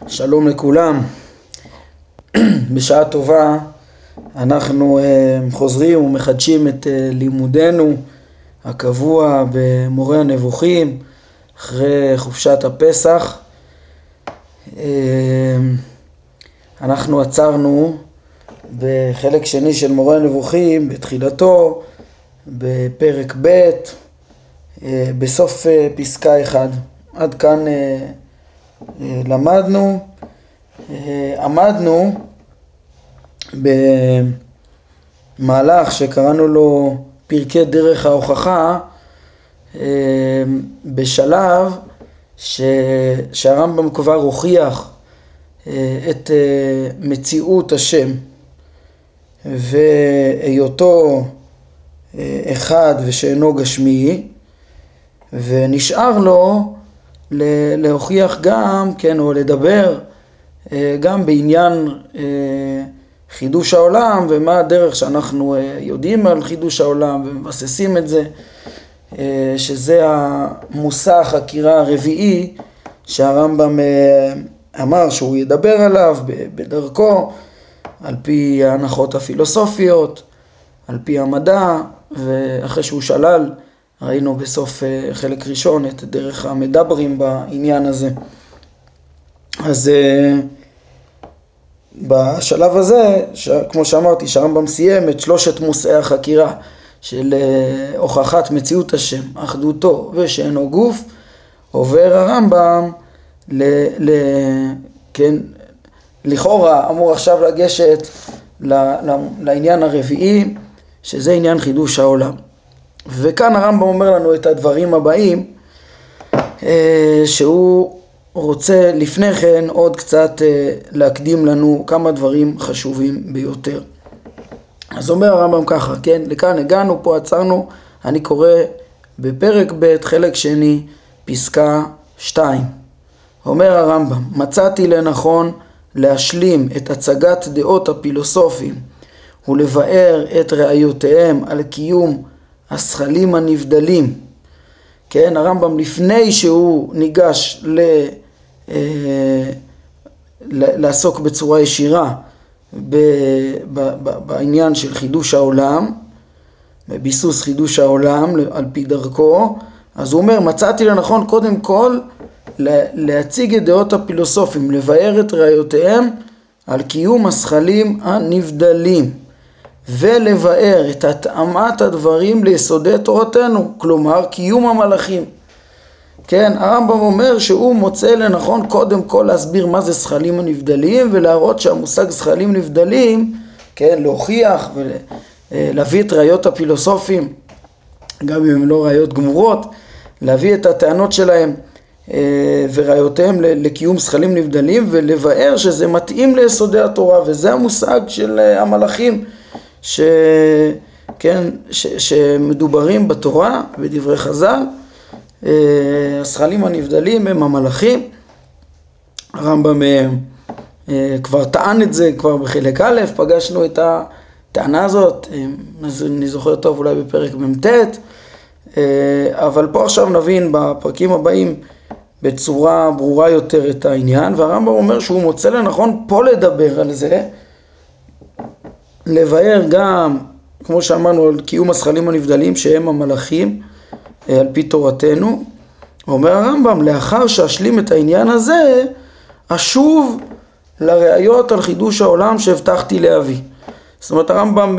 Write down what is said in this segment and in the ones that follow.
שלום לכולם. בשעה טובה אנחנו חוזרים ומחדשים את לימודנו הקבוע במורה הנבוכים אחרי חופשת הפסח. אנחנו עצרנו בחלק שני של מורה הנבוכים בתחילתו בפרק ב' בסוף פסקה 1. עד כאן למדנו, עמדנו במהלך שקראנו לו פרקי דרך ההוכחה, בשלב שהרמב"ם כבר הוכיח את מציאות השם והיותו אחד ושאינו גשמי, ונשאר לו להוכיח גם, כן, או לדבר גם בעניין חידוש העולם ומה הדרך שאנחנו יודעים על חידוש העולם ומבססים את זה, שזה המושא החקירה הרביעי שהרמב"ם אמר שהוא ידבר עליו בדרכו, על פי ההנחות הפילוסופיות, על פי המדע, ואחרי שהוא שלל ראינו בסוף חלק ראשון את דרך המדברים בעניין הזה. אז בשלב הזה, כמו שאמרתי, שהרמב"ם סיים את שלושת מושאי החקירה של הוכחת מציאות השם, אחדותו ושאינו גוף, עובר הרמב"ם כן, לכאורה אמור עכשיו לגשת לעניין הרביעי, שזה עניין חידוש העולם. וכאן הרמב"ם אומר לנו את הדברים הבאים, שהוא רוצה לפני כן עוד קצת להקדים לנו כמה דברים חשובים ביותר. אז אומר הרמב"ם ככה, כן, לכאן הגענו, פה עצרנו, אני קורא בפרק ב' חלק שני פסקה 2. אומר הרמב"ם, מצאתי לנכון להשלים את הצגת דעות הפילוסופים ולבאר את ראיותיהם על קיום השכלים הנבדלים. כן, הרמב"ם לפני שהוא ניגש לעסוק בצורה ישירה בעניין של חידוש העולם, בביסוס חידוש העולם על פי דרכו, אז הוא אומר, מצאתי לנכון קודם כל להציג את דעות הפילוסופים, לבאר את ראיותיהם על קיום השכלים הנבדלים, ולבאר את התאמת הדברים ליסודי תורתנו, כלומר קיום המלאכים. כן, הרמב"ם אומר שהוא מוצא לנכון קודם כל להסביר מה זה שכלים הנבדלים, ולהראות שהמושג שכלים נבדלים, כן, להוכיח ולהביא את ראיות הפילוסופים, גם אם הם לא ראיות גמורות, להביא את הטענות שלהם וראיותיהם לקיום שכלים נבדלים, ולבאר שזה מתאים ליסודי התורה, וזה המושג של המלאכים שמדוברים בתורה, בדברי חז"ל. השכלים הנבדלים הם המלאכים. הרמב"ם כבר טען את זה כבר בחלק א', פגשנו את הטענה הזאת, אני זוכר טוב אולי בפרק מ"ט, אבל פה עכשיו נבין בפרקים הבאים בצורה ברורה יותר את העניין, והרמב"ם אומר שהוא מוצא לנכון פה לדבר על זה, לבאר גם, כמו שאמרנו, על קיום השכלים הנבדלים שהם המלאכים על פי תורתנו. אומר הרמב"ם, לאחר שאשלים את העניין הזה, אשוב לראיות על חידוש העולם שהבטחתי להביא. זאת אומרת, הרמב"ם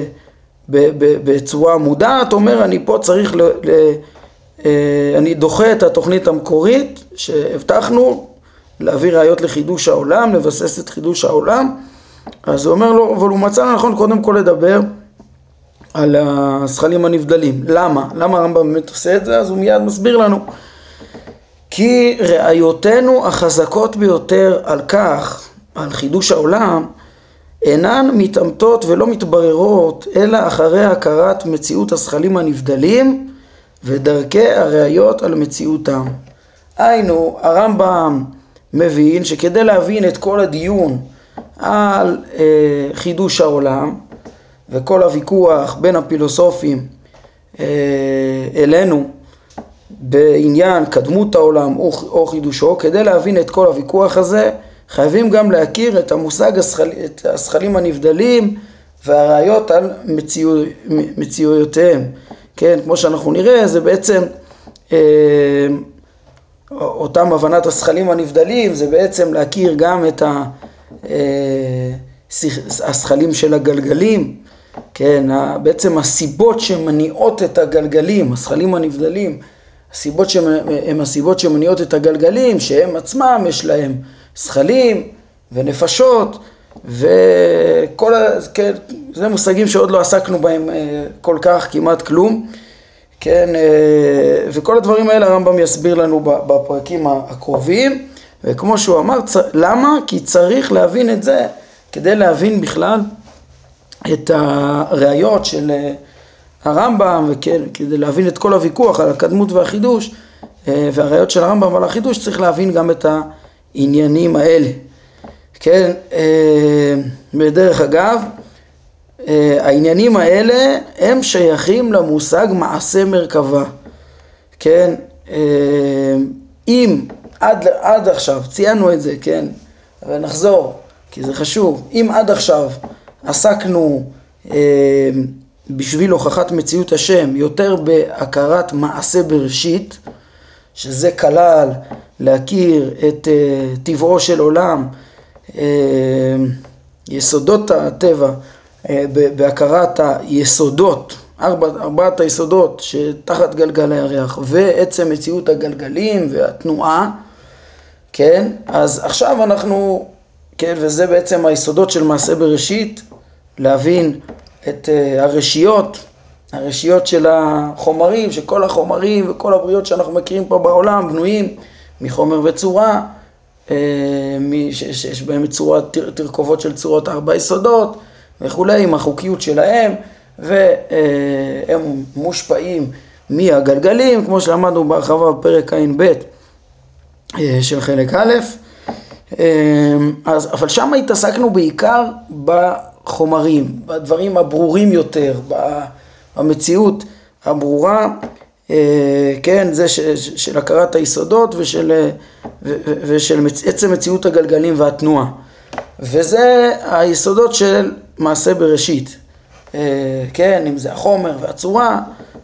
בצורה מודעת אומר, אני פה צריך אני דוחה את התוכנית המקורית שהבטחנו להביא ראיות לחידוש העולם, לבסס את חידוש העולם. אז הוא אומר לו, אבל הוא מצא לנכון קודם כל לדבר על השכלים הנבדלים. למה? למה הרמב"ם באמת עושה את זה? אז הוא מיד מסביר לנו. כי ראיותינו החזקות ביותר על כך, על חידוש העולם, אינן מתאמתות ולא מתבררות, אלא אחרי הכרת מציאות השכלים הנבדלים ודרכי הראיות על מציאותם. היינו, הרמב"ם מבין שכדי להבין את כל הדיון על חידוש העולם וכל הוויכוח בין הפילוסופים אלינו בעניין קדמות העולם או חידושו, כדי להבין את כל הוויכוח הזה חייבים גם להכיר את המושג את השכלים הנבדלים והראיות על מציאויותיהם. כן, כמו שאנחנו נראה, זה בעצם אותם הבנת השכלים הנבדלים, זה בעצם להכיר גם את השכלים של הגלגלים, כן, בעצם הסיבות שמניעות את הגלגלים, השכלים הנבדלים, הם הסיבות שמניעות את הגלגלים, שהם עצמם יש להם שכלים ונפשות, וכל כן, זה מושגים שעוד לא עסקנו בהם כל כך, כמעט כלום, כן, וכל הדברים האלה הרמב"ם יסביר לנו בפרקים הקרובים, וכמו שהוא אמר, למה? כי צריך להבין את זה, כדי להבין בכלל את הראיות של הרמב"ם, וכדי להבין את כל הוויכוח על הקדמות והחידוש, והראיות של הרמב"ם על החידוש, צריך להבין גם את העניינים האלה. כן, בדרך אגב, העניינים האלה הם שייכים למושג מעשה מרכבה. כן, אם עד עכשיו, ציינו את זה, כן, ונחזור, כי זה חשוב, אם עד עכשיו עסקנו בשביל הוכחת מציאות השם יותר בהכרת מעשה בראשית, שזה כלל להכיר את טבעו של עולם, יסודות הטבע, בהכרת היסודות, ארבעת היסודות שתחת גלגל הירח, ועצם מציאות הגלגלים והתנועה, כן, אז עכשיו אנחנו, כן, וזה בעצם היסודות של מעשה בראשית, להבין את הרשיות של החומרים, שכל החומרים וכל הבריות שאנחנו מכירים פה בעולם בנויים מחומר וצורה, שיש בהם תרכובות של צורות 4 יסודות וכולי, עם החוקיות שלהם, והם מושפעים מהגלגלים, כמו שלמדנו בהרחבה בפרק ע"ב של חלק א'. אבל שם התעסקנו בעיקר בחומרים, בדברים הברורים יותר, במציאות הברורה, כן, זה של הכרת היסודות ושל עצם מציאות הגלגלים והתנועה. וזה היסודות של מעשה בראשית, כן, אם זה החומר והצורה,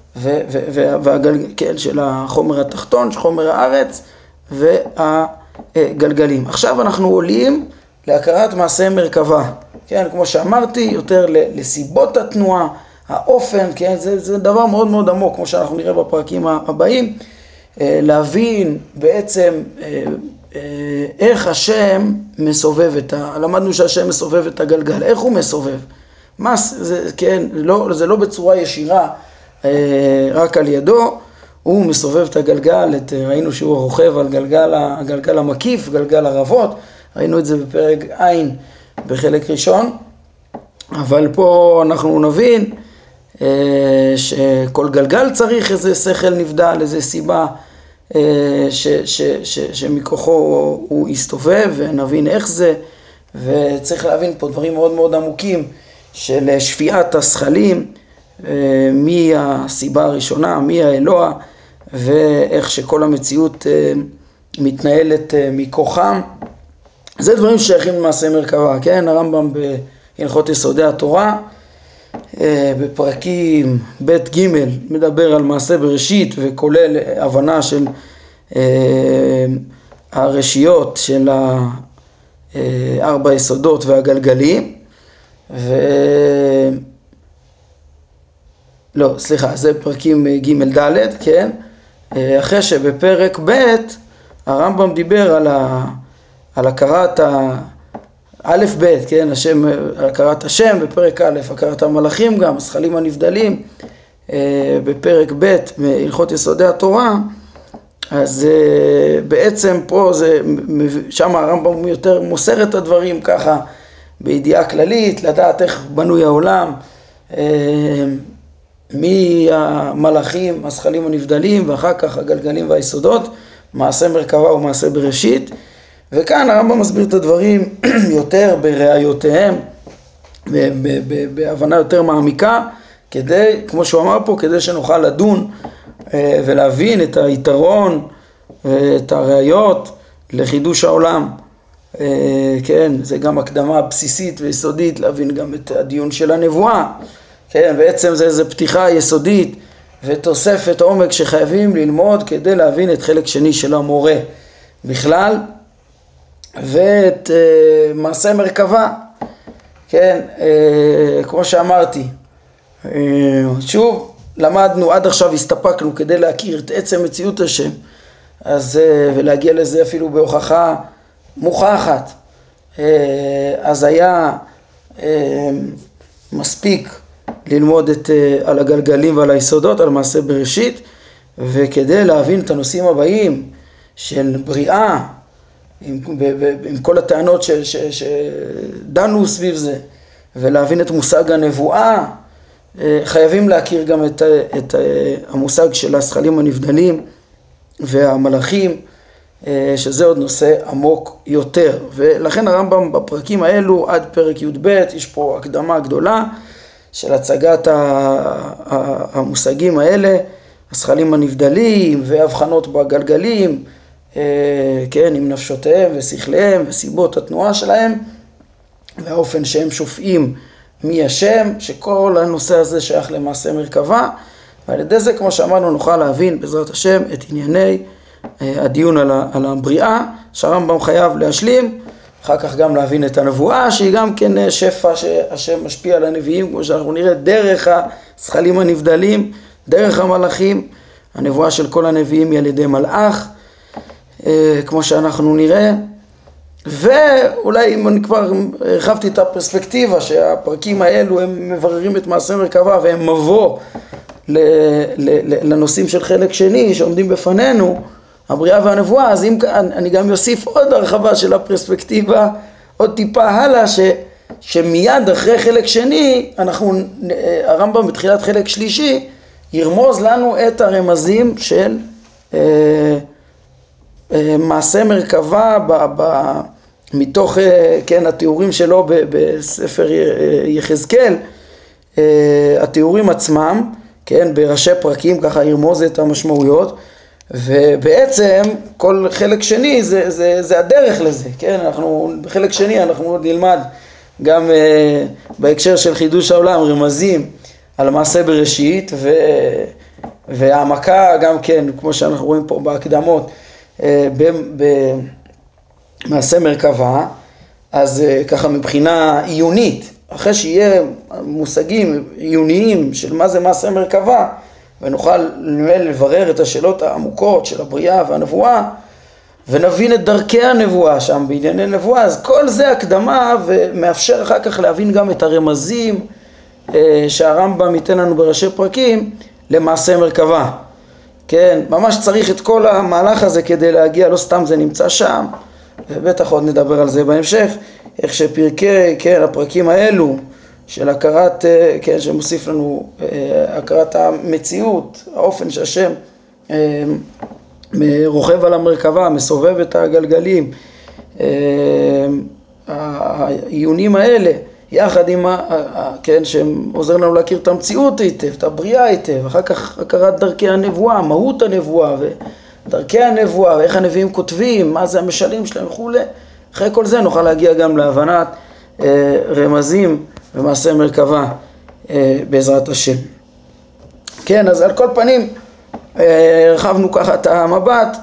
כן, של החומר התחתון, של חומר הארץ והגלגלים. עכשיו אנחנו עולים להכרת מעשה מרכבה, כן, כמו שאמרתי, יותר לסיבות התנועה, האופן, כן, זה דבר מאוד מאוד עמוק, כמו שאנחנו נראה בפרקים הבאים, להבין בעצם איך השם מסובב למדנו שהשם מסובב את הגלגל, איך הוא מסובב, כן, זה לא בצורה ישירה, רק על ידו, הוא מסובב את הגלגל, ראינו שהוא רוכב על הגלגל המקיף, גלגל הרבות, ראינו את זה בפרק ע' בחלק ראשון, אבל פה אנחנו נבין שכל גלגל צריך איזה שכל נבדל, איזה סיבה שמכוחו הוא יסתובב, ונבין איך זה, וצריך להבין פה דברים מאוד מאוד עמוקים של שפיעת השכלים, מי הסיבה הראשונה, מי האלוה, ואיך שכל המציאות מתנהלת מכוחם. זה דברים ששייכים למעשה מרכבה, כן? הרמב"ם בהלכות יסודי התורה, בפרקים ב' ג' מדבר על מעשה בראשית, וכולל הבנה של הרשיות של 4 יסודות והגלגלים, לא, סליחה, זה פרקים ג' ד', כן? אחרי שבפרק ב' הרמב"ם דיבר על הכרת א' ב', כן, הכרת השם, בפרק א', הכרת המלאכים גם, השכלים הנבדלים, בפרק ב' מהלכות יסודי התורה, אז בעצם פה שם הרמב"ם יותר מוסר את הדברים ככה, בידיעה כללית, לדעת איך בנוי העולם, מהמלאכים, השכלים הנבדלים, ואחר כך הגלגלים והיסודות, מעשה מרכבה ומעשה בראשית. וכאן הרמב"ם מסביר את הדברים יותר בראיותיהם, בהבנה יותר מעמיקה, כדי, כמו שהוא אמר פה, כדי שנוכל לדון ולהבין את היתרון ואת הראיות לחידוש העולם כן, זה גם הקדמה בסיסית ויסודית להבין גם את הדיון של הנבואה, כן, בעצם זה פתיחה יסודית ותוספת עומק שחייבים ללמוד כדי להבין את חלק שני של המורה בכלל, ואת מעשה מרכבה, כן, כמו שאמרתי, שוב, למדנו, עד עכשיו הסתפקנו כדי להכיר את עצם מציאות השם, אז, ולהגיע לזה אפילו בהוכחה מוכחת, אז היה מספיק ללמוד על הגלגלים ועל היסודות, על מעשה בראשית, וכדי להבין את הנושאים הבאים של בריאה, עם כל הטענות שדנו סביב זה, ולהבין את מושג הנבואה, חייבים להכיר גם את המושג של השכלים הנבדלים והמלאכים, שזה עוד נושא עמוק יותר. ולכן הרמב"ם בפרקים האלו עד פרק י"ב יש פה הקדמה גדולה של הצגת המושגים האלה, השכלים הנבדלים והבחנות בגלגלים, כן, עם נפשותיהם ושכליהם וסיבות התנועה שלהם, והאופן שהם שופעים מהשם, שכל הנושא הזה שייך למעשה מרכבה, ועל ידי זה, כמו שאמרנו, נוכל להבין בעזרת השם את ענייני הדיון על הבריאה, שהרמב"ם חייב להשלים, אחר כך גם להבין את הנבואה, שהיא גם כן שפע שהשם משפיע על הנביאים, כמו שאנחנו נראה, דרך השכלים הנבדלים, דרך המלאכים, הנבואה של כל הנביאים היא על ידי מלאך, כמו שאנחנו נראה, ואולי אם אני כבר הרחבתי את הפרספקטיבה שהפרקים האלו הם מבררים את מעשה מרכבה והם מבוא לנושאים של חלק שני שעומדים בפנינו, הבריאה והנבואה, אז אם אני גם יוסיף עוד הרחבה של הפרספקטיבה, עוד טיפה הלאה, שמיד אחרי חלק שני, הרמב"ם בתחילת חלק שלישי, ירמוז לנו את הרמזים של מעשה מרכבה מתוך, כן, התיאורים שלו בספר יחזקאל, התיאורים עצמם, כן, בראשי פרקים, ככה ירמוז את המשמעויות, ובעצם כל חלק שני זה הדרך לזה, כן, בחלק שני אנחנו נלמד גם בהקשר של חידוש העולם רמזים על מעשה בראשית, והעמקה גם כן, כמו שאנחנו רואים פה בהקדמות, במעשה מרכבה, אז ככה מבחינה עיונית, אחרי שיהיה מושגים עיוניים של מה זה מעשה מרכבה, ונוכל לברר את השאלות העמוקות של הבריאה והנבואה, ונבין את דרכי הנבואה שם בענייני נבואה, אז כל זה הקדמה ומאפשר אחר כך להבין גם את הרמזים שהרמב"ם ייתן לנו בראשי פרקים למעשה מרכבה. כן, ממש צריך את כל המהלך הזה כדי להגיע, לא סתם זה נמצא שם, ובטח עוד נדבר על זה בהמשך, איך שפרקי, כן, הפרקים האלו של הכרת, כן, שמוסיף לנו הכרת המציאות, האופן שהשם רוכב על המרכבה, מסובב את הגלגלים, העיונים האלה, יחד עם, כן, שעוזר לנו להכיר את המציאות היטב, את הבריאה היטב, אחר כך הכרת דרכי הנבואה, מהות הנבואה ודרכי הנבואה, ואיך הנביאים כותבים, מה זה המשלים שלהם וכו'. אחרי כל זה נוכל להגיע גם להבנת רמזים ומעשה מרכבה בעזרת השם. כן, אז על כל פנים הרחבנו ככה את המבט,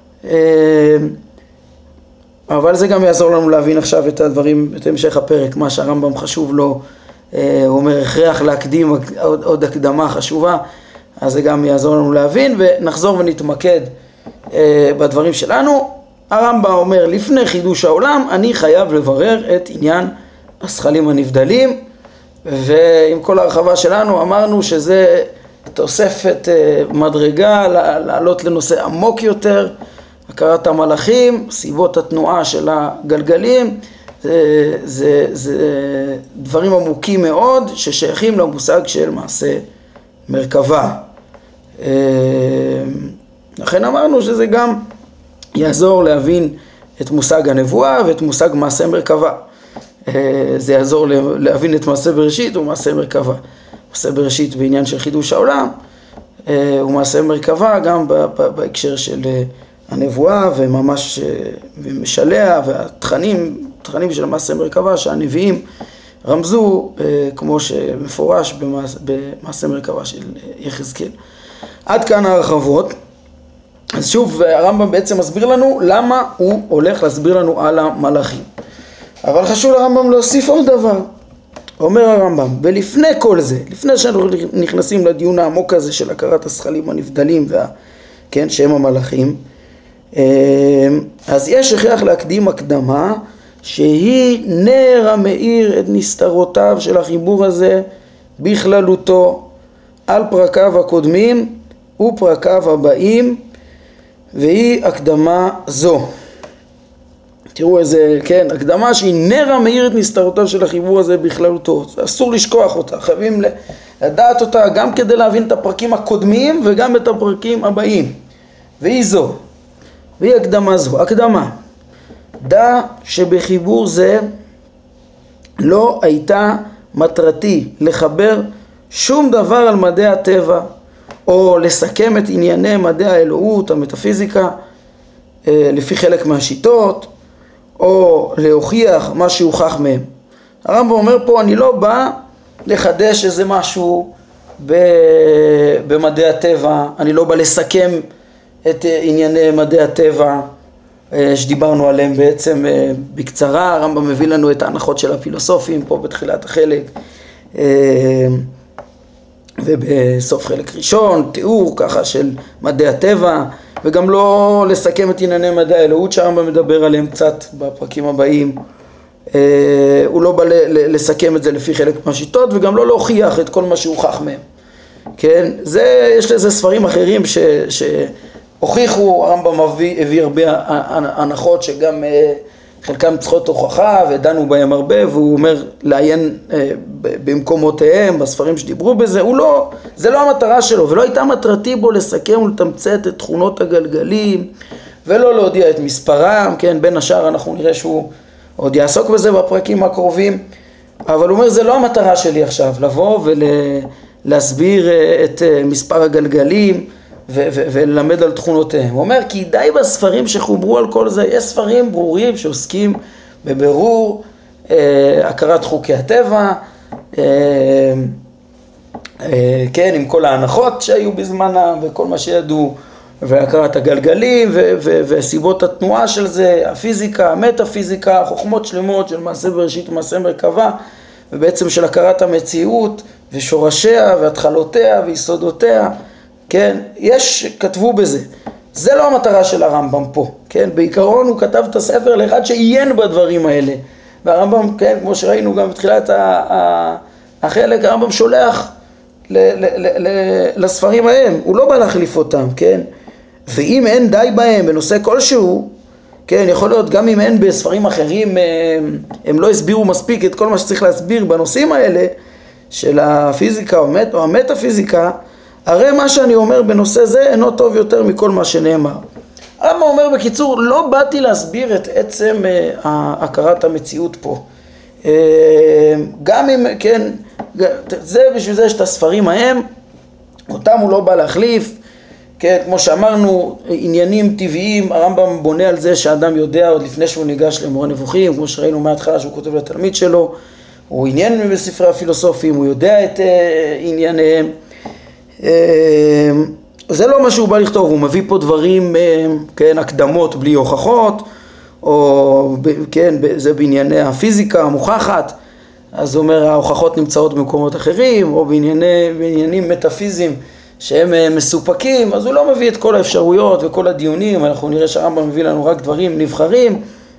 אבל זה גם יעזור לנו להבין עכשיו את הדברים, את המשך הפרק, מה שהרמב"ם חשוב לו, הוא אומר הכרח להקדים עוד הקדמה חשובה, אז זה גם יעזור לנו להבין, ונחזור ונתמקד בדברים שלנו. הרמב"ם אומר, לפני חידוש העולם אני חייב לברר את עניין השכלים הנבדלים, ועם כל הרחבה שלנו אמרנו שזה תוספת מדרגה לעלות לנושא עמוק יותר, הכרת המלאכים, סיבות התנועה של הגלגלים, זה דברים עמוקים מאוד ששייכים למושג של מעשה מרכבה. לכן אמרנו שזה גם יעזור להבין את מושג הנבואה ואת מושג מעשה מרכבה. זה יעזור להבין את מעשה בראשית ומעשה מרכבה. מעשה בראשית בעניין של חידוש העולם, ומעשה מרכבה גם בהקשר של הנבואה וממש משלח, והתכנים של מעשה מרכבה שהנביאים רמזו כמו שמפורש במעשה מרכבה של יחזקאל. עד כאן ההרחבות. אז שוב הרמב"ם בעצם מסביר לנו למה הוא הולך להסביר לנו על המלאכים. אבל חשוב לרמב"ם להוסיף עוד דבר. אומר הרמב"ם, ולפני כל זה, לפני שאנחנו נכנסים לדיון העמוק הזה של הכרת השכלים הנבדלים כן, שהם המלאכים, אז יש הכרח להקדים הקדמה שהיא נר המאיר את נסתרותיו של החיבור הזה בכללותו על פרקיו הקודמים ופרקיו הבאים, והיא הקדמה זו. תראו איזה, כן, הקדמה שהיא נר המאיר את נסתרותיו של החיבור הזה בכללותו. אסור לשכוח אותה, חייבים לדעת אותה גם כדי להבין את הפרקים הקודמים וגם את הפרקים הבאים. והיא זו, והיא הקדמה זו. הקדמה, דע שבחיבור זה לא הייתה מטרתי לחבר שום דבר על מדעי הטבע או לסכם את ענייני מדעי האלוהות, המטאפיזיקה, לפי חלק מהשיטות, או להוכיח מה שהוכח מהם. הרמב"ם אומר פה, אני לא בא לחדש איזה משהו במדעי הטבע, אני לא בא לסכם את ענייני מדעי הטבע שדיברנו עליהם בעצם בקצרה. הרמב"ם מביא לנו את ההנחות של הפילוסופים פה בתחילת החלק ובסוף חלק ראשון, תיאור ככה של מדעי הטבע, וגם לא לסכם את ענייני מדעי האלוהות שהרמב"ם מדבר עליהם קצת בפרקים הבאים. הוא לא בא לסכם את זה לפי חלק מהשיטות, וגם לא להוכיח את כל מה שהוכח מהם. כן? יש לזה ספרים אחרים שהוכיחו, הרמב"ם הביא הרבה הנחות שגם חלקם צריכות הוכחה ודנו בהם הרבה, והוא אומר לעיין במקומותיהם, בספרים שדיברו בזה. זה לא המטרה שלו, ולא הייתה מטרתי בו לסכם ולתמצת את תכונות הגלגלים, ולא להודיע את מספרם, כן, בין השאר אנחנו נראה שהוא עוד יעסוק בזה בפרקים הקרובים, אבל הוא אומר זה לא המטרה שלי עכשיו, לבוא ולהסביר את מספר הגלגלים, וללמד על תכונותיהם. הוא אומר כי די בספרים שחוברו על כל זה, יש ספרים ברורים שעוסקים בבירור הכרת חוקי הטבע, כן, עם כל ההנחות שהיו בזמנם וכל מה שידעו, והכרת הגלגלים וסיבות התנועה של זה, הפיזיקה, המטאפיזיקה, חוכמות שלמות של מעשה בראשית ומעשה מרכבה, ובעצם של הכרת המציאות ושורשיה והתחלותיה ויסודותיה. כן, כתבו בזה. זה לא המטרה של הרמב"ם פה, כן? בעיקרון הוא כתב את הספר לאחד שעיין בדברים האלה. והרמב"ם, כן, כמו שראינו גם בתחילת החלק, הרמב"ם שולח לספרים ההם, הוא לא בא להחליף אותם, כן? ואם אין די בהם בנושא כלשהו, כן, יכול להיות גם אם אין בספרים אחרים, הם לא הסבירו מספיק את כל מה שצריך להסביר בנושאים האלה, של הפיזיקה או המטאפיזיקה, הרי מה שאני אומר בנושא זה אינו טוב יותר מכל מה שנאמר. הרמב"ם אומר בקיצור, לא באתי להסביר את עצם הכרת המציאות פה. גם אם, כן, זה בשביל זה יש את הספרים ההם, אותם הוא לא בא להחליף. כן, כמו שאמרנו, עניינים טבעיים, הרמב"ם בונה על זה שהאדם יודע עוד לפני שהוא ניגש למורה נבוכים, כמו שראינו מההתחלה שהוא כותב לתלמיד שלו, הוא עניין בספרי הפילוסופים, הוא יודע את ענייניהם. זה לא מה שהוא בא לכתוב, הוא מביא פה דברים, כן, הקדמות בלי הוכחות, או כן, זה בענייני הפיזיקה המוכחת, אז הוא אומר ההוכחות נמצאות במקומות אחרים, או בעניינים מטאפיזיים שהם מסופקים, אז הוא לא מביא את כל האפשרויות וכל הדיונים. אנחנו נראה שהרמב"ם מביא לנו רק דברים נבחרים,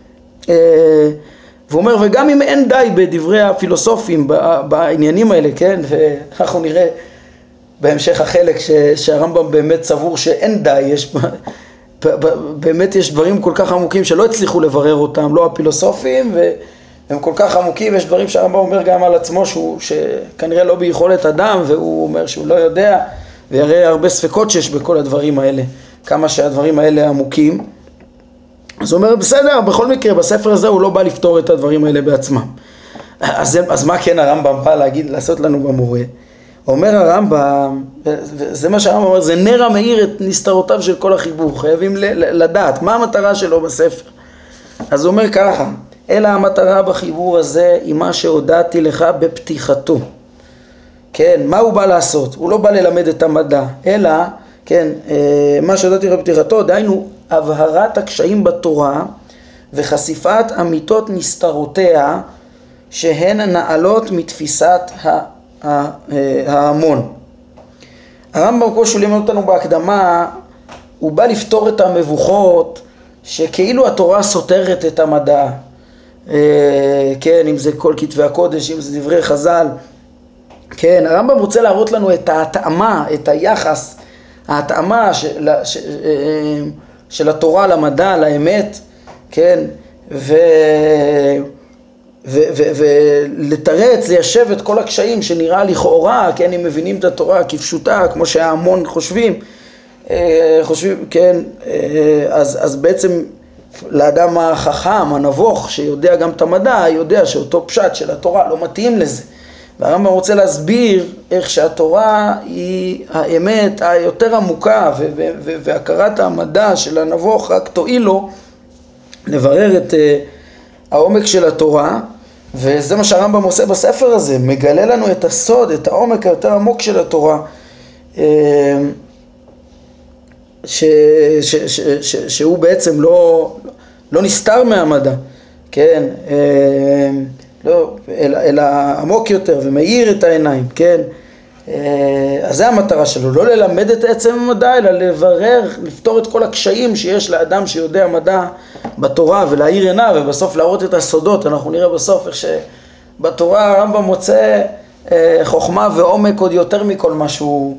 והוא אומר וגם אם אין די בדברי הפילוסופים בעניינים האלה, כן, ואנחנו נראה בהמשך החלק שהרמב"ם באמת סבור שאין די, באמת יש דברים כל כך עמוקים שלא הצליחו לברר אותם, לא הפילוסופים, והם כל כך עמוקים. יש דברים שהרמב"ם אומר גם על עצמו שכנראה לא ביכולת אדם, והוא אומר שהוא לא יודע, ויראה הרבה ספקות שיש בכל הדברים האלה, כמה שהדברים האלה עמוקים. אז הוא אומר בסדר, בכל מקרה בספר הזה הוא לא בא לפתור את הדברים האלה בעצמם. אז מה כן הרמב"ם בא לעשות לנו במורה? אומר הרמב"ם, זה מה שהרמב"ם אומר, זה נר המאיר את נסתרותיו של כל החיבור, חייבים לדעת מה המטרה שלו בספר. אז הוא אומר ככה, אלא המטרה בחיבור הזה היא מה שהודעתי לך בפתיחתו. כן, מה הוא בא לעשות? הוא לא בא ללמד את המדע, אלא, כן, מה שהודעתי לך בפתיחתו, דהיינו הבהרת הקשיים בתורה וחשיפת אמיתות נסתרותיה שהן נעלות מתפיסת ההמון. הרמב"ם כמו שהוא לימד אותנו בהקדמה, הוא בא לפתור את המבוכות שכאילו התורה סותרת את המדע. כן, אם זה כל כתבי הקודש, אם זה דברי חז"ל. כן, הרמב"ם רוצה להראות לנו את ההתאמה, את היחס, ההתאמה של התורה למדע, לאמת, כן, ולתרץ, ליישב את כל הקשיים שנראה לכאורה, כן, אם מבינים את התורה כפשוטה, כמו שההמון חושבים, כן, אז בעצם לאדם החכם, הנבוך, שיודע גם את המדע, יודע שאותו פשט של התורה לא מתאים לזה. והרמב"ם רוצה להסביר איך שהתורה היא האמת היותר עמוקה, והכרת המדע של הנבוך רק תועיל לו לברר את העומק של התורה, וזה מה שהרמב"ם עושה בספר הזה, מגלה לנו את הסוד, את העומק היותר עמוק של התורה, שהוא בעצם לא נסתר מהמדע, כן, לא, אלא עמוק יותר ומאיר את העיניים, כן, אז זה המטרה שלו, לא ללמד את עצם המדע, אלא לברר, לפתור את כל הקשיים שיש לאדם שיודע מדע בתורה ולהאיר עיניו, ובסוף להראות את הסודות. אנחנו נראה בסוף איך שבתורה הרמב"ם מוצא חוכמה ועומק עוד יותר מכל משהו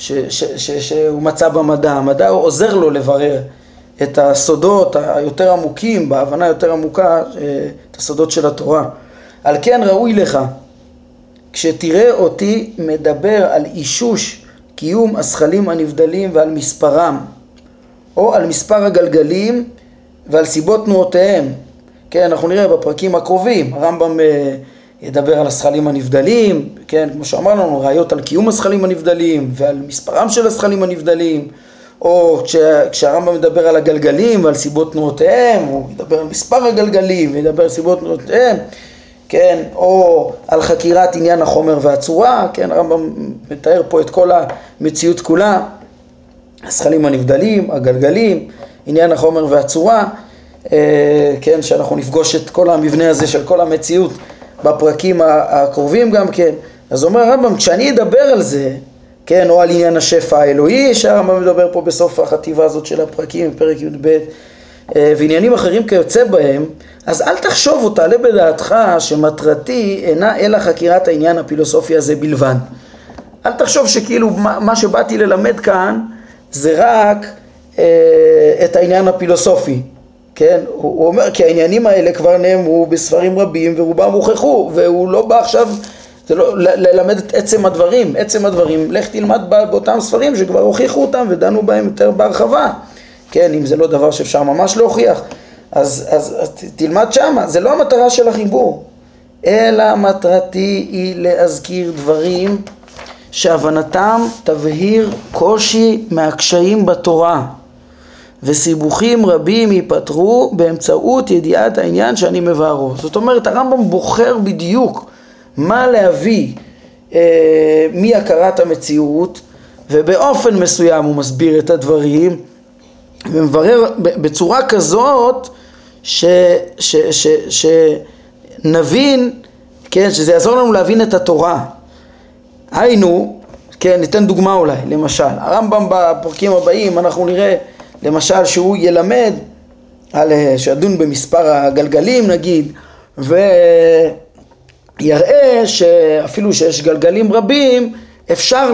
שהוא מצא במדע. המדע עוזר לו לברר את הסודות היותר עמוקים, בהבנה יותר עמוקה, את הסודות של התורה. על כן ראוי לך, כשתראה אותי מדבר על אישוש קיום השכלים הנבדלים ועל מספרם, או על מספר הגלגלים ועל סיבות תנועותיהם. כן, אנחנו נראה בפרקים הקרובים, הרמב"ם ידבר על השכלים הנבדלים, כן, כמו שאמרנו לנו, ראיות על קיום השכלים הנבדלים ועל מספרם של השכלים הנבדלים, או כשהרמב"ם מדבר על הגלגלים ועל סיבות תנועותיהם, הוא ידבר על מספר הגלגלים וידבר על סיבות תנועותיהם, כן, או על חקירת עניין החומר והצורה, כן, הרמב"ם מתאר פה את כל המציאות כולה, השכלים הנבדלים, הגלגלים, עניין החומר והצורה, כן, שאנחנו נפגוש את כל המבנה הזה של כל המציאות בפרקים הקרובים גם כן. אז אומר הרמב"ם, כשאני אדבר על זה, כן, או על עניין השפע האלוהי, שהרמב"ם מדבר פה בסוף החטיבה הזאת של הפרקים, פרק י"ב, ועניינים אחרים כיוצא בהם, אז אל תחשוב או תעלה בדעתך שמטרתי אינה אלא חקירת העניין הפילוסופי הזה בלבד. אל תחשוב שכאילו מה שבאתי ללמד כאן זה רק את העניין הפילוסופי, כן? הוא אומר כי העניינים האלה כבר נאמרו בספרים רבים ורובם הוכחו, והוא לא בא עכשיו זה לא ללמד את עצם הדברים, לך תלמד באותם ספרים שכבר הוכיחו אותם ודנו בהם יותר בהרחבה, כן, אם זה לא דבר שאפשר ממש להוכיח, אז תלמד שמה, זה לא המטרה של החיבור, אלא מטרתי היא להזכיר דברים שהבנתם תבהיר קושי מהקשיים בתורה, וסיבוכים רבים ייפתרו באמצעות ידיעת העניין שאני מבארו. זאת אומרת, הרמב"ם בוחר בדיוק מה להביא מהכרת המציאות, ובאופן מסוים הוא מסביר את הדברים, ומברר בצורה כזאת שנבין, כן, שזה יעזור לנו להבין את התורה. היינו, כן, ניתן דוגמה אולי, למשל, הרמב"ם בפרקים הבאים אנחנו נראה, למשל, שהוא ילמד, שידון במספר הגלגלים נגיד, ויראה שאפילו שיש גלגלים רבים, אפשר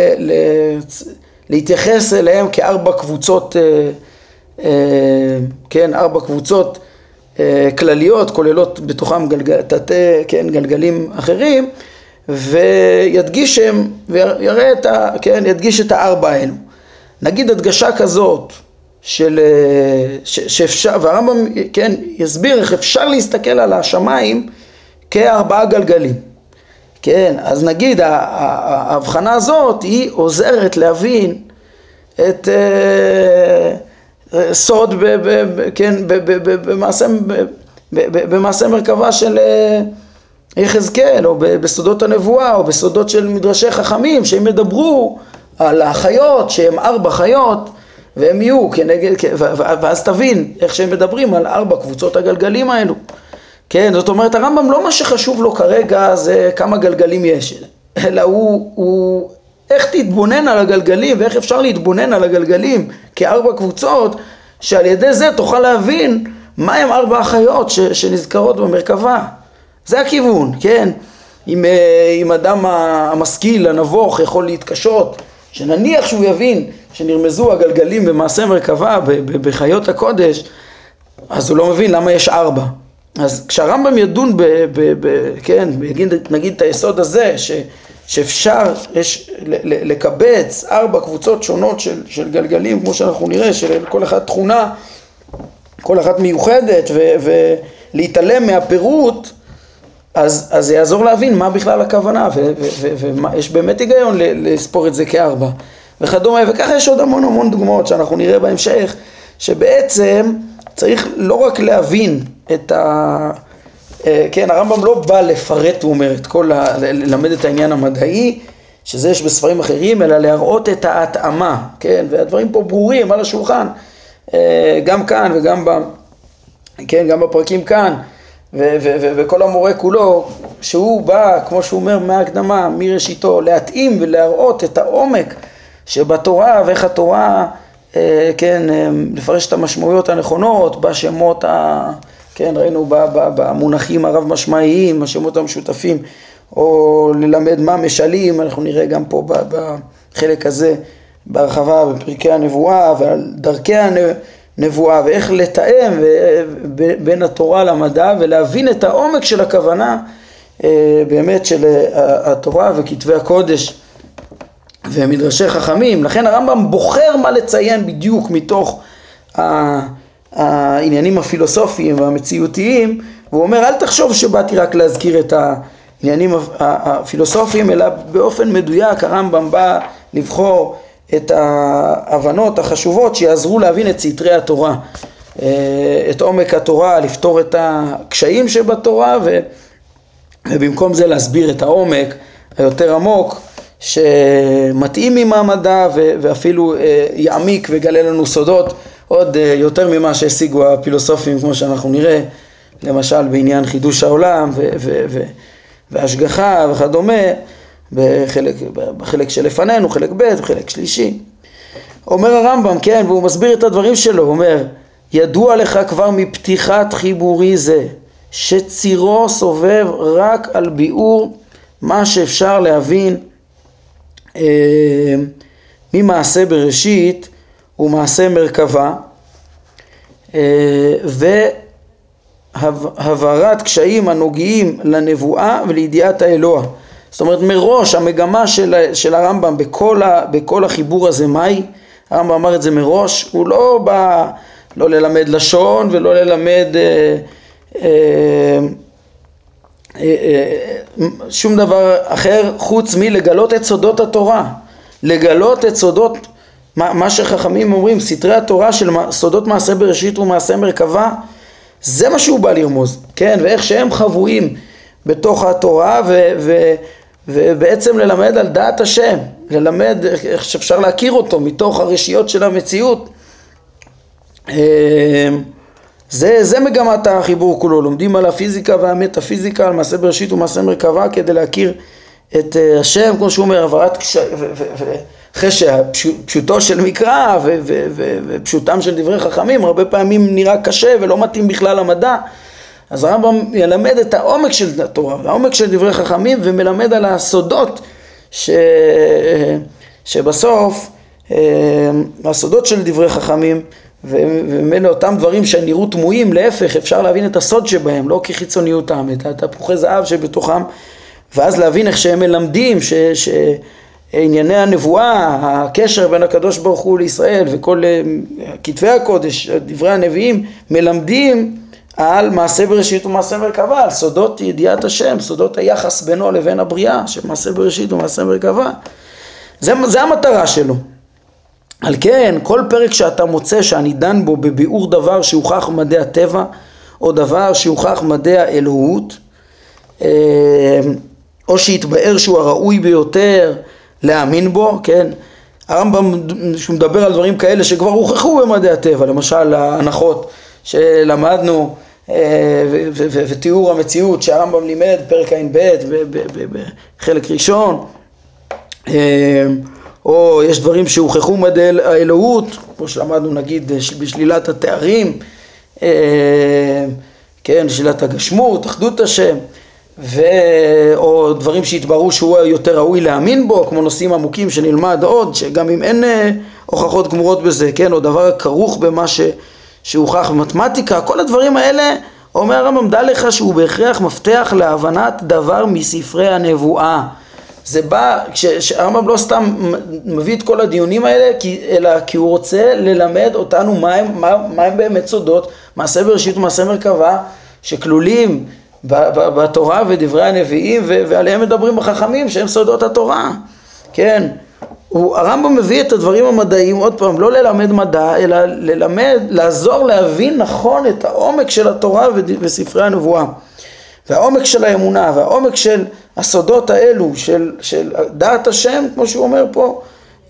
להתייחס אליהם כארבע קבוצות, כן, ארבע קבוצות כלליות, כוללות בתוכם גלגלים אחרים, וידגיש את הארבע האלו. נגיד הדגשה כזאת שאפשר, והרמב"ם כן יסביר איך אפשר להסתכל על השמיים כארבעה גלגלים, כן, אז נגיד ההבחנה הזאת היא עוזרת להבין את סוד במעשה מרכבה של יחזקאל, או בסודות הנבואה, או בסודות של מדרשי חכמים, שהם ידברו על החיות, שהם 4 חיות, והם יהיו כנגד, ואז תבין איך שהם מדברים על 4 קבוצות הגלגלים האלו. כן, זאת אומרת, הרמב"ם לא מה שחשוב לו כרגע זה כמה גלגלים יש, אלא הוא איך תתבונן על הגלגלים, ואיך אפשר להתבונן על הגלגלים כ4 קבוצות, שעל ידי זה תוכל להבין מה הם 4 החיות שנזכרות במרכבה. זה הכיוון, כן? אם אדם המשכיל, הנבוך, יכול להתקשות, שנניח שהוא יבין שנרמזו הגלגלים במעשה מרכבה, בחיות הקודש, אז הוא לא מבין למה יש 4. אז כשהרמב"ם ידון כן, נגיד את היסוד הזה, שאפשר לקבץ 4 קבוצות שונות של גלגלים, כמו שאנחנו נראה, שלכל אחת תכונה, כל אחת מיוחדת, ולהתעלם מהפירוט, אז זה יעזור להבין מה בכלל הכוונה, ויש באמת היגיון לספור את זה כ4 וכדומה, וככה יש עוד המון דוגמאות שאנחנו נראה בהמשך, שבעצם צריך לא רק להבין את כן, הרמב"ם לא בא לפרט, הוא אומר, ללמד את העניין המדעי, שזה יש בספרים אחרים, אלא להראות את ההתאמה, כן, והדברים פה ברורים על השולחן, גם כאן וגם גם בפרקים כאן, וכל המורה כולו, שהוא בא, כמו שהוא אומר מההקדמה, מראשיתו, להתאים ולהראות את העומק שבתורה, ואיך התורה, כן, לפרש את המשמעויות הנכונות, בשמות, כן, ראינו במונחים הרב משמעיים, השמות המשותפים, או ללמד מה משלים, אנחנו נראה גם פה בחלק הזה, בהרחבה בפרקי הנבואה, ועל דרכי הנבואה, ואיך לתאם בין התורה למדע, ולהבין את העומק של הכוונה, באמת של התורה וכתבי הקודש, ומדרשי חכמים. לכן הרמב"ם בוחר מה לציין בדיוק מתוך העניינים הפילוסופיים והמציאותיים, והוא אומר, אל תחשוב שבאתי רק להזכיר את העניינים הפילוסופיים, אלא באופן מדויק הרמב"ם בא לבחור את ההבנות החשובות שיעזרו להבין את סתרי התורה, את עומק התורה, לפתור את הקשיים שבתורה, ובמקום זה להסביר את העומק היותר עמוק שמתאים עם המדע, ואפילו יעמיק וגלה לנו סודות עוד יותר ממה שהשיגו הפילוסופים, כמו שאנחנו נראה, למשל בעניין חידוש העולם והשגחה וכדומה, בחלק שלפנינו, חלק ב' וחלק שלישי. אומר הרמב"ם, כן, והוא מסביר את הדברים שלו, הוא אומר, ידוע לך כבר מפתיחת חיבורי זה, שצירו סובב רק על ביאור מה שאפשר להבין ממעשה בראשית ומעשה מרכבה, והבהרת קשיים הנוגעים לנבואה ולידיעת האלוה. זאת אומרת, מראש המגמה של הרמב"ם בכל החיבור הזה, מהי? הרמב"ם אמר את זה מראש, הוא לא בא לא ללמד לשון ולא ללמד שום דבר אחר חוץ מלגלות את סודות התורה, לגלות את סודות, מה שחכמים אומרים, סתרי התורה של סודות מעשה בראשית ומעשה מרכבה, זה מה שהוא בא לרמוז, כן, ואיך שהם חבויים בתוך התורה, ובעצם ללמד על דעת השם, ללמד איך שאפשר להכיר אותו מתוך הרשיות של המציאות. זה מגמת החיבור כולו, לומדים על הפיזיקה והמטאפיזיקה, על מעשה בראשית ומעשה מרכבה, כדי להכיר את השם, כמו שהוא אומר, עברת אחרי שפשוטו של מקרא ופשוטם של דברי חכמים הרבה פעמים נראה קשה ולא מתאים בכלל למדע, אז הרמב"ם ילמד את העומק של התורה והעומק של דברי חכמים, ומלמד על הסודות שבסוף הסודות של דברי חכמים, ומאלה אותם דברים שנראו תמוהים, להפך אפשר להבין את הסוד שבהם, לא כחיצוניותם, את התפוחי זהב שבתוכם, ואז להבין איך שהם מלמדים שענייני הנבואה, הקשר בין הקדוש ברוך הוא לישראל וכל כתבי הקודש, דברי הנביאים, מלמדים על מעשה בראשית ומעשה מרכבה, על סודות ידיעת השם, סודות היחס בינו לבין הבריאה, של מעשה בראשית ומעשה מרכבה. זה המטרה שלו. על כן, כל פרק שאתה מוצא שאני דן בו בביאור דבר שהוכח מדעי הטבע, או דבר שהוכח מדעי האלוהות, או שהתבאר שהוא הראוי ביותר להאמין בו, כן? הרמב"ם שהוא מדבר על דברים כאלה שכבר הוכחו במדעי הטבע, למשל ההנחות שלמדנו ותיאור המציאות שהרמב"ם לימד, פרק ע"ב בחלק ראשון, או יש דברים שהוכחו מדעי האלוהות, כמו שלמדנו נגיד בשלילת התארים, כן, שלילת הגשמות, אחדות השם, או דברים שהתבררו שהוא יותר ראוי להאמין בו, כמו נושאים עמוקים שנלמד עוד, שגם אם אין הוכחות גמורות בזה, כן, או דבר כרוך במה שהוכח במתמטיקה, כל הדברים האלה, אומר הרמב"ם, דע לך שהוא בהכרח מפתח להבנת דבר מספרי הנבואה. זה בא, כשהרמב"ם לא סתם מביא את כל הדיונים האלה, אלא כי הוא רוצה ללמד אותנו מה הם באמת סודות, מעשה בראשית ומעשה מרכבה, שכלולים בתורה ודברי הנביאים, ועליהם מדברים החכמים שהם סודות התורה. כן, הרמב"ם מביא את הדברים המדעיים, עוד פעם, לא ללמד מדע, אלא ללמד, לעזור להבין נכון את העומק של התורה וספרי הנבואה. והעומק של האמונה, והעומק של הסודות האלו, של דעת השם, כמו שהוא אומר פה,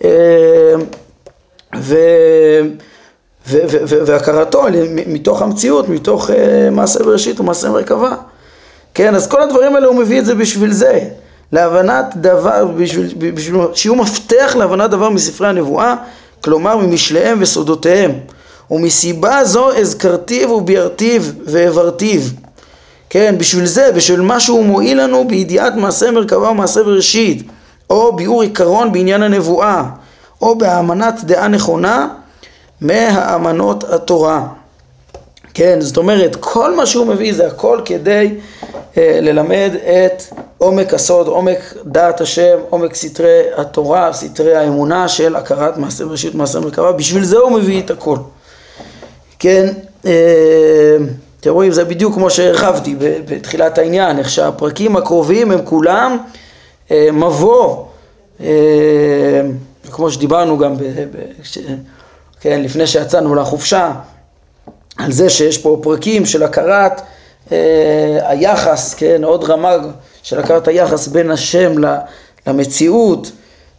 והכרתו מתוך המציאות, מתוך מעשה בראשית ומעשה מרכבה. כן, אז כל הדברים האלה הוא מביא את זה בשביל זה, להבנת דבר, בשביל שיהיו מפתח להבנת דבר מספרי הנבואה, כלומר ממשליהם וסודותיהם. ומסיבה זו הזכרתיו וביארתיו והעברתיו. כן, בשביל זה, בשביל מה שהוא מועיל לנו בידיעת מעשה מרכבה ומעשה בראשית, או ביאור עיקרון בעניין הנבואה, או בהאמנת דעה נכונה מהאמנות התורה. כן, זאת אומרת, כל מה שהוא מביא זה הכל כדי ללמד את עומק הסוד, עומק דעת השם, עומק סתרי התורה, סתרי האמונה של הכרת מעשה בראשית ומעשה מרכבה. בשביל זה הוא מביא את הכל. כן, אתם רואים, זה בדיוק כמו שהרחבתי בתחילת העניין, איך שהפרקים הקרובים הם כולם מבוא, כמו שדיברנו גם כן, לפני שיצאנו לחופשה, על זה שיש פה פרקים של הכרת היחס, כן, עוד רמה של הכרת היחס בין השם למציאות,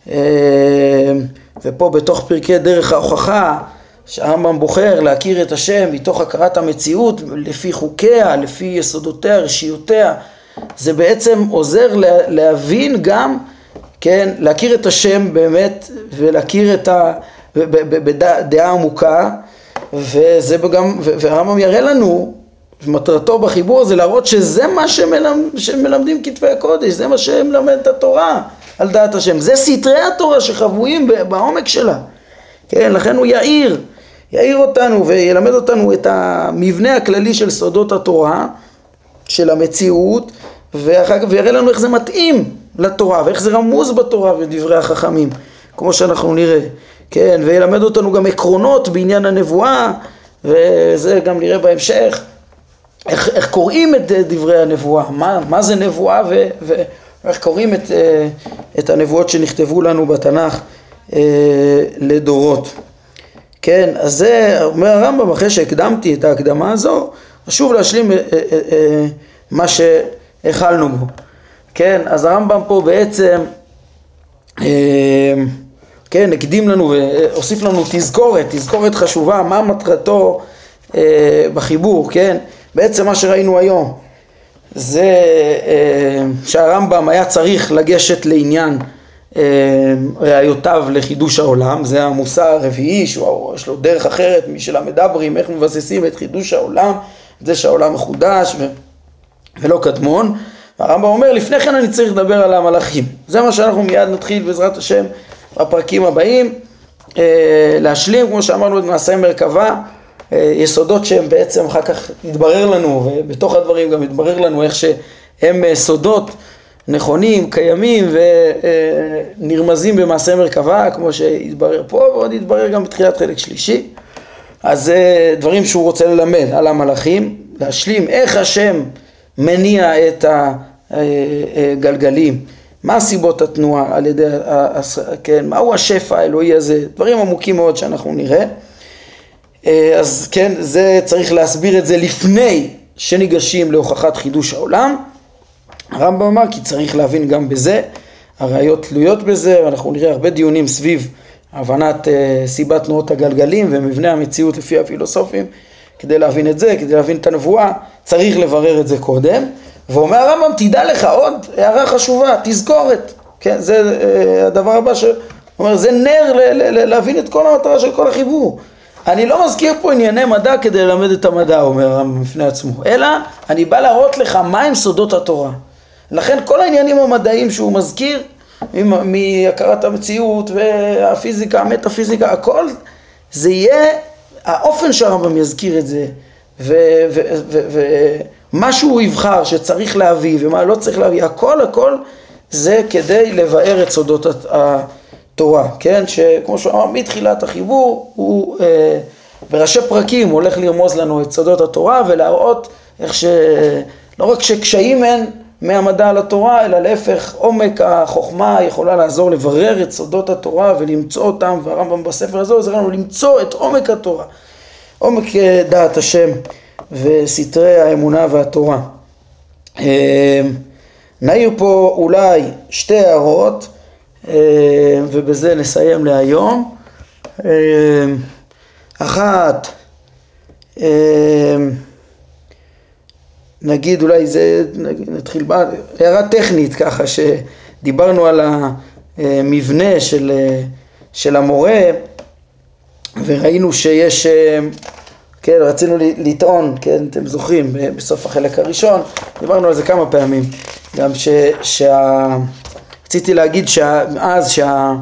ופה בתוך פרקי דרך ההוכחה, שהרמב"ם בוחר להכיר את השם מתוך הכרת המציאות, לפי חוקיה, לפי יסודותיה, רשיותיה, זה בעצם עוזר להבין גם, כן, להכיר את השם באמת, ולהכיר את בדעה עמוקה, וזה גם, והרמב"ם יראה לנו, מטרתו בחיבור הזה להראות שזה מה שמלמדים כתבי הקודש, זה מה שמלמד את התורה על דעת השם, זה סתרי התורה שחבויים בעומק שלה, כן, לכן הוא יעיר אותנו וילמד אותנו את המבנה הכללי של סודות התורה, של המציאות, ואחר כך ויראה לנו איך זה מתאים לתורה, ואיך זה רמוז בתורה ודברי החכמים, כמו שאנחנו נראה, כן, וילמד אותנו גם עקרונות בעניין הנבואה, וזה גם נראה בהמשך, איך קוראים את דברי הנבואה, מה זה נבואה, ואיך קוראים את הנבואות שנכתבו לנו בתנ"ך לדורות. כן, אז זה אומר הרמב"ם, אחרי שהקדמתי את ההקדמה הזו, חשוב להשלים מה שהחלנו בו. כן, אז הרמב"ם פה בעצם, כן, הקדים לנו והוסיף לנו תזכורת חשובה, מה מטרתו בחיבור, כן? בעצם מה שראינו היום, זה שהרמב"ם היה צריך לגשת לעניין ראיותיו לחידוש העולם, זה המוסר הרביעי, שיש לו דרך אחרת משל המדברים, איך מבססים את חידוש העולם, זה שהעולם מחודש ולא קדמון. הרמב"ם אומר, לפני כן אני צריך לדבר על המלאכים. זה מה שאנחנו מיד נתחיל בעזרת השם בפרקים הבאים, להשלים, כמו שאמרנו, את מעשה מרכבה, יסודות שהם בעצם אחר כך יתברר לנו, ובתוך הדברים גם יתברר לנו איך שהם סודות נכונים, קיימים ונרמזים במעשה מרכבה, כמו שהתברר פה, ועוד יתברר גם בתחילת חלק שלישי. אז זה דברים שהוא רוצה ללמד על המלאכים, להשלים איך השם מניע את הגלגלים, מה הסיבות התנועה על ידי, כן, מהו השפע האלוהי הזה, דברים עמוקים מאוד שאנחנו נראה. אז כן, זה צריך להסביר את זה לפני שניגשים להוכחת חידוש העולם. הרמב"ם אמר כי צריך להבין גם בזה, הראיות תלויות בזה, ואנחנו נראה הרבה דיונים סביב הבנת סיבת תנועות הגלגלים ומבנה המציאות לפי הפילוסופים. כדי להבין את זה, כדי להבין את הנבואה, צריך לברר את זה קודם. ואומר הרמב"ם, תדע לך עוד הערה חשובה, תזכורת. כן, זה הדבר הבא שאומר, זה נר להבין את כל המטרה של כל החיבור. אני לא מזכיר פה ענייני מדע כדי ללמד את המדע, אומר הרמב"ם בפני עצמו, אלא אני בא להראות לך מהם סודות התורה. לכן כל העניינים המדעיים שהוא מזכיר, מהכרת המציאות והפיזיקה, המטאפיזיקה, הכל זה יהיה האופן שהרמב"ם יזכיר את זה, ומה שהוא יבחר שצריך להביא ומה לא צריך להביא, הכל זה כדי לבאר את סודות התורה, כן? שכמו שהוא אמר, מתחילת החיבור הוא בראשי פרקים הולך לרמוז לנו את סודות התורה ולהראות איך לא רק שקשיים אין מהמדע על התורה, אלא להפך, עומק החוכמה יכולה לעזור לברר את סודות התורה ולמצוא אותם, והרמב"ם בספר הזה עוזר לנו למצוא את עומק התורה, עומק דעת השם וסתרי האמונה והתורה. נעיר פה אולי שתי הערות, ובזה נסיים להיום. אחת, נגיד אולי זה, נתחיל הערה טכנית ככה, שדיברנו על המבנה של המורה, וראינו שיש, כן, רצינו לטעון, כן, אתם זוכרים, בסוף החלק הראשון, דיברנו על זה כמה פעמים, גם רציתי להגיד שאז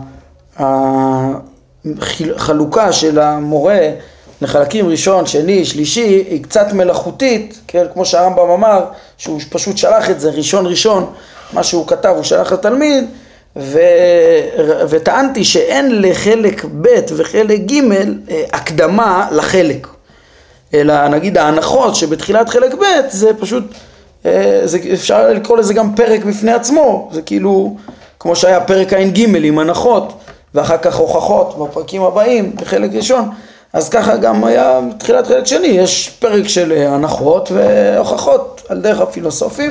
שהחלוקה של המורה לחלקים ראשון, שני, שלישי, היא קצת מלאכותית, כן? כמו שהרמב"ם אמר, שהוא פשוט שלח את זה ראשון, מה שהוא כתב הוא שלח לתלמיד, וטענתי שאין לחלק ב' וחלק ג' הקדמה לחלק, אלא נגיד ההנחות שבתחילת חלק ב' זה פשוט, אפשר לקרוא לזה גם פרק בפני עצמו, זה כאילו כמו שהיה פרק עין ג' עם הנחות, ואחר כך הוכחות בפרקים הבאים בחלק ראשון, אז ככה גם היה בתחילת חלק שני, יש פרק של הנחות והוכחות על דרך הפילוסופים,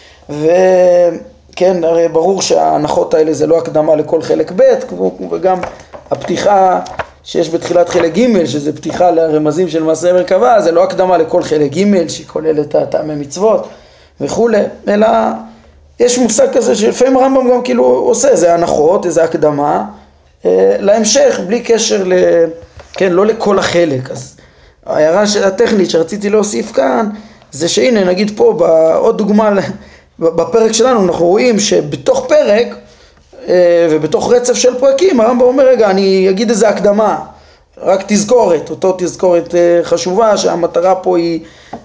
וכן, הרי ברור שההנחות האלה זה לא הקדמה לכל חלק ב', וגם הפתיחה שיש בתחילת חלק ג', שזה פתיחה לרמזים של מעשה מרכבה, זה לא הקדמה לכל חלק ג' שכולל את טעמי מצוות וכו', אלא יש מושג כזה שלפעמים הרמב"ם גם כאילו עושה, זה הנחות, זה הקדמה להמשך, בלי קשר כן, לא לכל החלק. אז ההערה הטכנית שרציתי להוסיף כאן, זה שהנה נגיד פה בעוד דוגמה בפרק שלנו, אנחנו רואים שבתוך פרק ובתוך רצף של פרקים, הרמב"ם אומר רגע, אני אגיד איזה הקדמה, רק תזכורת, אותו תזכורת חשובה, שהמטרה פה היא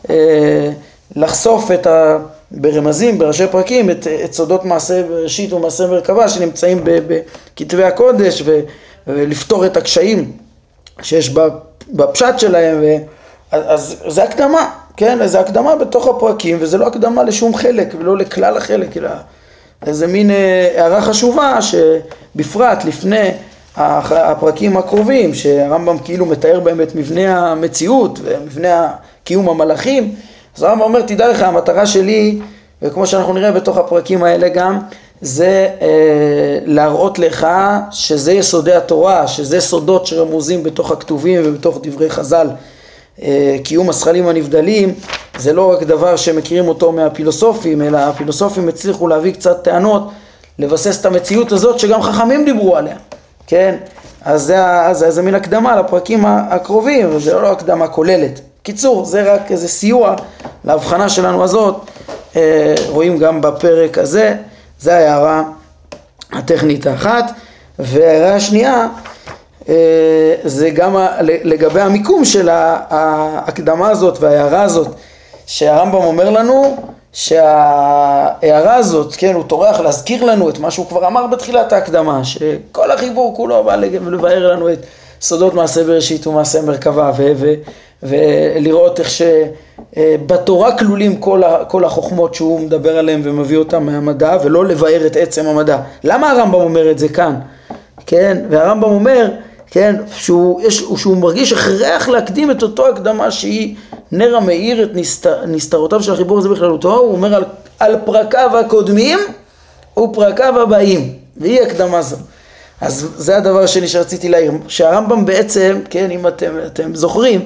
לחשוף ברמזים, בראשי פרקים, את סודות מעשה בראשית ומעשה מרכבה שנמצאים בכתבי הקודש, ולפתור את הקשיים שיש בפשט שלהם, אז זה הקדמה, כן? זה הקדמה בתוך הפרקים, וזה לא הקדמה לשום חלק ולא לכלל החלק, אלא איזה מין הערה חשובה שבפרט לפני הפרקים הקרובים, שהרמב"ם כאילו מתאר בהם את מבנה המציאות ומבנה קיום המלאכים, אז הרמב"ם אומר, תדע לך, המטרה שלי, וכמו שאנחנו נראה בתוך הפרקים האלה גם, זה להראות לך שזה יסודי התורה, שזה סודות שרמוזים בתוך הכתובים ובתוך דברי חז"ל. קיום השכלים הנבדלים זה לא רק דבר שמכירים אותו מהפילוסופים, אלא הפילוסופים הצליחו להביא קצת טענות, לבסס את המציאות הזאת שגם חכמים דיברו עליה, כן? אז זה מין הקדמה לפרקים הקרובים, וזה לא הקדמה כוללת. קיצור, זה רק איזה סיוע להבחנה שלנו הזאת, רואים גם בפרק הזה. זה ההערה הטכנית האחת, וההערה השנייה זה גם לגבי המיקום של ההקדמה הזאת וההערה הזאת, שהרמב"ם אומר לנו שההערה הזאת, כן, הוא טורח להזכיר לנו את מה שהוא כבר אמר בתחילת ההקדמה, שכל החיבור כולו בא לבאר לנו את סודות מעשה בראשית ומעשה מרכבה, ולראות איך שבתורה כלולים כל החוכמות שהוא מדבר עליהם ומביא אותם מהמדע, ולא לבאר את עצם המדע. למה הרמב"ם אומר את זה כאן? כן, והרמב"ם אומר, כן, שהוא מרגיש הכרח להקדים את אותו הקדמה שהיא נר המאיר את נסתרותיו של החיבור הזה בכללותו. הוא אומר על פרקיו הקודמים ופרקיו הבאים, והיא הקדמה זו. אז זה הדבר השני שרציתי להעיר, שהרמב"ם בעצם, כן, אם אתם זוכרים,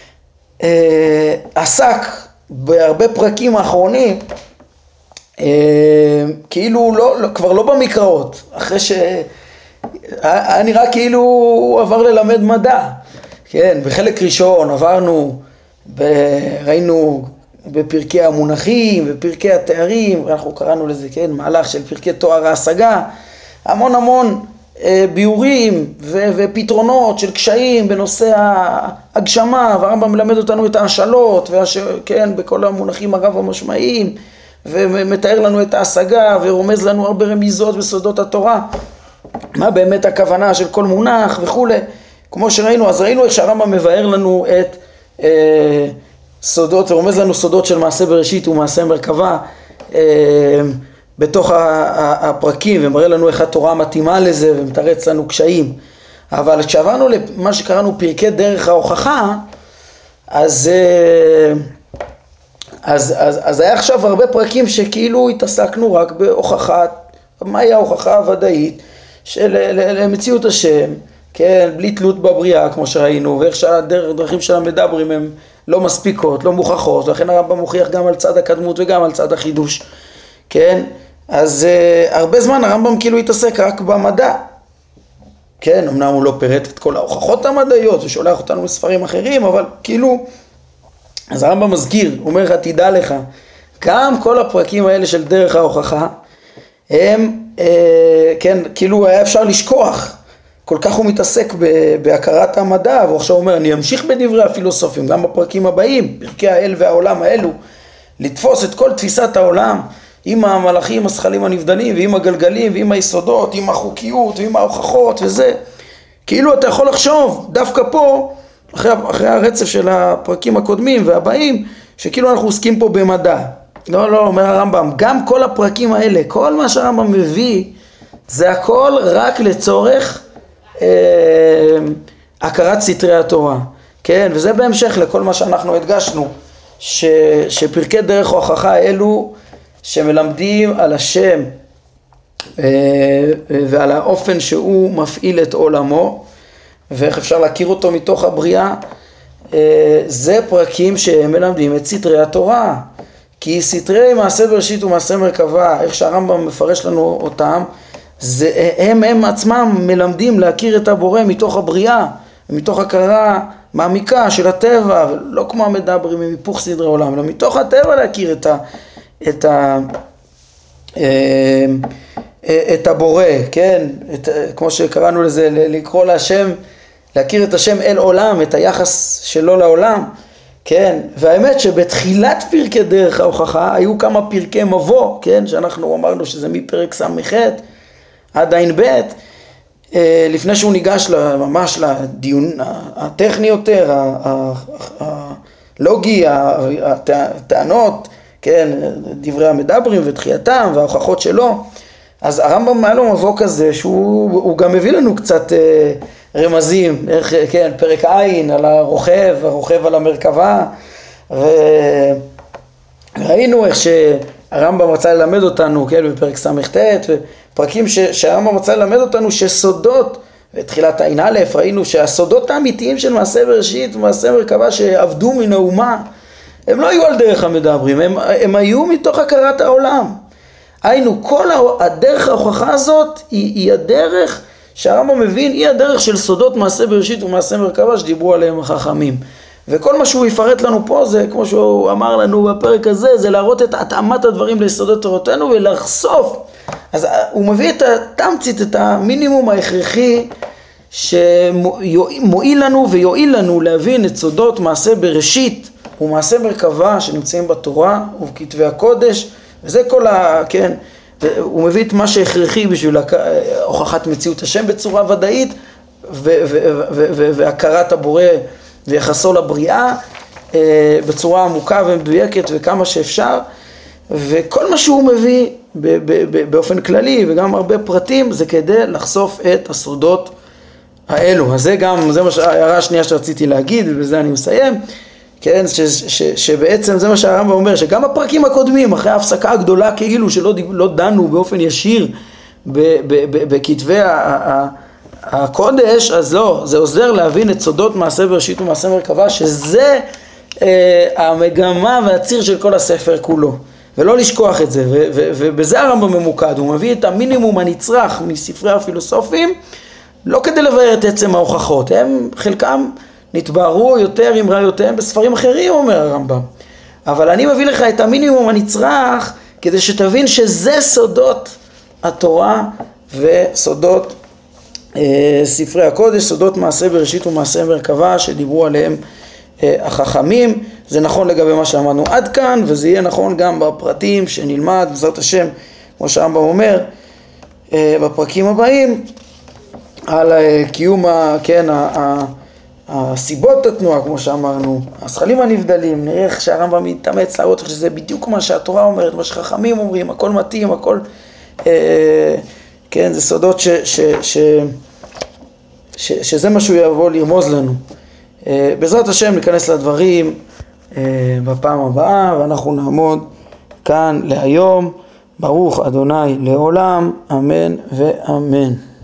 עסק בהרבה פרקים האחרונים, כאילו כבר לא במקראות, אחרי היה נראה כאילו הוא עבר ללמד מדע. כן, בחלק ראשון עברנו, ראינו בפרקי המונחים ופרקי התארים, אנחנו קראנו לזה, כן, מהלך של פרקי תואר ההשגה, המון ביורים ופתרונות של קשיים בנושא ההגשמה, והרמב"ם מלמד אותנו את ההשאלות, כן, בכל המונחים הרב המשמעיים, ומתאר לנו את ההשגה ורומז לנו הרבה רמיזות בסודות התורה, מה באמת הכוונה של כל מונח וכו'. כמו שראינו, אז ראינו איך שהרמב"ם מבאר לנו את סודות, ורומז לנו סודות של מעשה בראשית ומעשה מרכבה בתוך הפרקים, ומראה לנו איך התורה מתאימה לזה ומתרץ לנו קשיים. אבל כשעברנו למה שקראנו פרקי דרך ההוכחה, אז היה עכשיו הרבה פרקים שכאילו התעסקנו רק בהוכחת, מהי ההוכחה הוודאית של מציאות השם, כן, בלי תלות בבריאה כמו שראינו, ואיך שהדרכים של המדברים הם לא מספיקות, לא מוכחות, ולכן הרמב"ם מוכיח גם על צד הקדמות וגם על צד החידוש, כן. אז הרבה זמן הרמב"ם כאילו התעסק רק במדע, כן, אמנם הוא לא פירט את כל ההוכחות המדעיות ושולח אותנו לספרים אחרים, אבל כאילו, אז הרמב"ם מזכיר, הוא אומר לך, תדע לך, גם כל הפרקים האלה של דרך ההוכחה, הם, כן, כאילו היה אפשר לשכוח, כל כך הוא מתעסק בהכרת המדע, והוא עכשיו אומר, אני אמשיך בדברי הפילוסופים, גם בפרקים הבאים, פרקי האל והעולם האלו, לתפוס את כל תפיסת העולם, עם המלאכים, השכלים הנבדלים, ועם הגלגלים, ועם היסודות, עם החוקיות, ועם ההוכחות וזה. כאילו אתה יכול לחשוב, דווקא פה, אחרי הרצף של הפרקים הקודמים והבאים, שכאילו אנחנו עוסקים פה במדע. לא, אומר הרמב"ם, גם כל הפרקים האלה, כל מה שהרמב"ם מביא, זה הכל רק לצורך הכרת סתרי התורה. כן, וזה בהמשך לכל מה שאנחנו הדגשנו, שפרקי דרך ההוכחה אלו, שמלמדים על השם ועל האופן שהוא מפעיל את עולמו ואיך אפשר להכיר אותו מתוך הבריאה, זה פרקים שהם מלמדים את סתרי התורה, כי סתרי מעשה בראשית ומעשה מרכבה, איך שהרמב"ם מפרש לנו אותם, הם עצמם מלמדים להכיר את הבורא מתוך הבריאה ומתוך הכרה מעמיקה של הטבע, לא כמו המדברים עם היפוך סדרי עולם, אלא מתוך הטבע להכיר את הבורא, כן, כמו שקראנו לזה, לקרוא להשם, להכיר את השם אל עולם, את היחס שלו לעולם, כן. והאמת שבתחילת פרקי דרך ההוכחה היו כמה פרקי מבוא, כן, שאנחנו אמרנו שזה מפרק ס"ח עד ע"ב, לפני שהוא ניגש ממש לדיון הטכני יותר, הלוגי, הטענות, כן, דברי המדברים ותחייתם וההוכחות שלו. אז הרמב"ם היה לו מבוא כזה שהוא גם מביא לנו קצת רמזים, איך, כן, פרק עין על הרוכב על המרכבה, וראינו איך שהרמב"ם רצה ללמד אותנו, כן, בפרק ס"ט, ופרקים שהרמב"ם רצה ללמד אותנו שסודות, בתחילת עין א' ראינו שהסודות האמיתיים של מעשה בראשית ומעשה מרכבה שעבדו מן האומה, הם לא היו על דרך המדברים, הם היו מתוך הכרת העולם. היינו, כל הדרך ההוכחה הזאת היא הדרך שהרמב"ם מבין, היא הדרך של סודות מעשה בראשית ומעשה מרכבה שדיברו עליהם החכמים. וכל מה שהוא יפרט לנו פה זה, כמו שהוא אמר לנו בפרק הזה, זה להראות את התאמת הדברים ליסודות תורתנו ולחשוף. אז הוא מביא את התמצית, את המינימום ההכרחי שמועיל לנו ויועיל לנו להבין את סודות מעשה בראשית ומעשה מרכבה שנמצאים בתורה ובכתבי הקודש, וזה כל כן, הוא מביא את מה שהכרחי בשביל הוכחת מציאות השם בצורה ודאית, והכרת הבורא ויחסו לבריאה בצורה עמוקה ומדויקת וכמה שאפשר, וכל מה שהוא מביא באופן כללי וגם הרבה פרטים זה כדי לחשוף את הסודות האלו. אז זה גם, זה ההערה השנייה שרציתי להגיד ובזה אני מסיים, כן, שבעצם זה מה שהרמב"ם אומר, שגם הפרקים הקודמים אחרי ההפסקה הגדולה כאילו שלא דנו באופן ישיר בכתבי הקודש, אז לא, זה עוזר להבין את סודות מעשה בראשית ומעשה מרכבה, שזה המגמה והציר של כל הספר כולו, ולא לשכוח את זה, ובזה הרמב"ם ממוקד, הוא מביא את המינימום הנצרך מספרי הפילוסופים, לא כדי לבאר את עצם ההוכחות, הם חלקם נתבהרו יותר עם ראיותיהם בספרים אחרים, אומר הרמב"ם, אבל אני מביא לך את המינימום הנצרך כדי שתבין שזה סודות התורה וסודות ספרי הקודש, סודות מעשה בראשית ומעשה מרכבה שדיברו עליהם החכמים. זה נכון לגבי מה שאמרנו עד כאן, וזה יהיה נכון גם בפרטים שנלמד בעזרת השם, כמו שהרמב"ם אומר בפרקים הבאים, על קיום הסיבות התנועה, כמו שאמרנו, השכלים הנבדלים. נראה איך שהרמב"ם מתאמץ להראות שזה בדיוק מה שהתורה אומרת, מה שחכמים אומרים, הכל מתאים, הכל כן, זה סודות שזה מה שהוא יבוא לרמוז לנו. בעזרת השם ניכנס לדברים בפעם הבאה, ואנחנו נעמוד כאן להיום. ברוך אדוני לעולם, אמן ואמן.